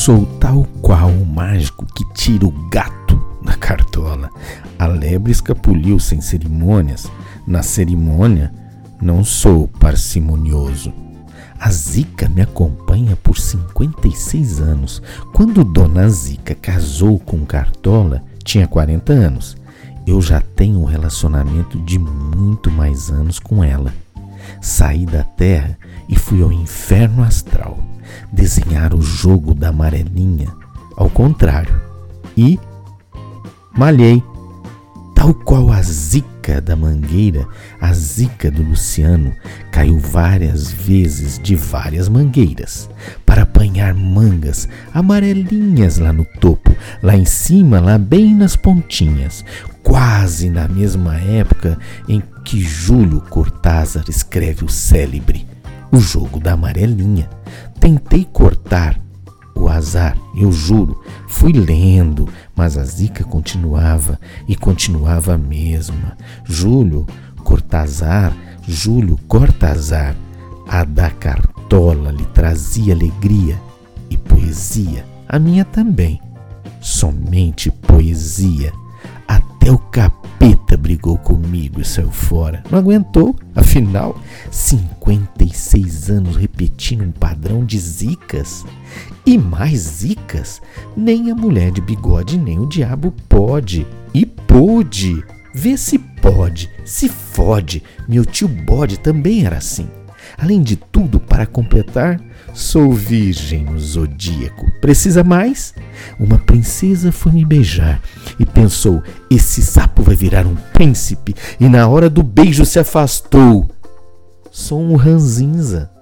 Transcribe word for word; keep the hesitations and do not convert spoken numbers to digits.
Sou tal qual o mágico que tira o gato da cartola. A lebre escapuliu sem cerimônias. Na cerimônia, não sou parcimonioso. A Zica me acompanha por cinquenta e seis anos. Quando Dona Zica casou com Cartola, tinha quarenta anos. Eu já tenho um relacionamento de muito mais anos com ela. Saí da terra e fui ao inferno astral desenhar o jogo da amarelinha ao contrário e malhei. Tal qual a Zica da Mangueira, a Zica do Luciano caiu várias vezes de várias mangueiras para apanhar mangas amarelinhas lá no topo, lá em cima, lá bem nas pontinhas, quase na mesma época em que Júlio Cortázar escreve o célebre O Jogo da Amarelinha. Tentei cortar o azar, eu juro, fui lendo, mas a Zica continuava e continuava a mesma. Júlio Cortázar, Júlio Cortázar, a da Cartola lhe trazia alegria e poesia, a minha também, somente poesia. Até o capeta brigou comigo e saiu fora. Não aguentou, afinal, cinquenta e seis anos repetindo um padrão de zicas. E mais zicas, nem a mulher de bigode nem o diabo pode. E pôde. Vê se pode, se fode. Meu tio Bode também era assim. Além de tudo, para completar, sou virgem no zodíaco. Precisa mais? Uma princesa foi me beijar e pensou, esse sapo vai virar um príncipe, e na hora do beijo se afastou. Sou um ranzinza.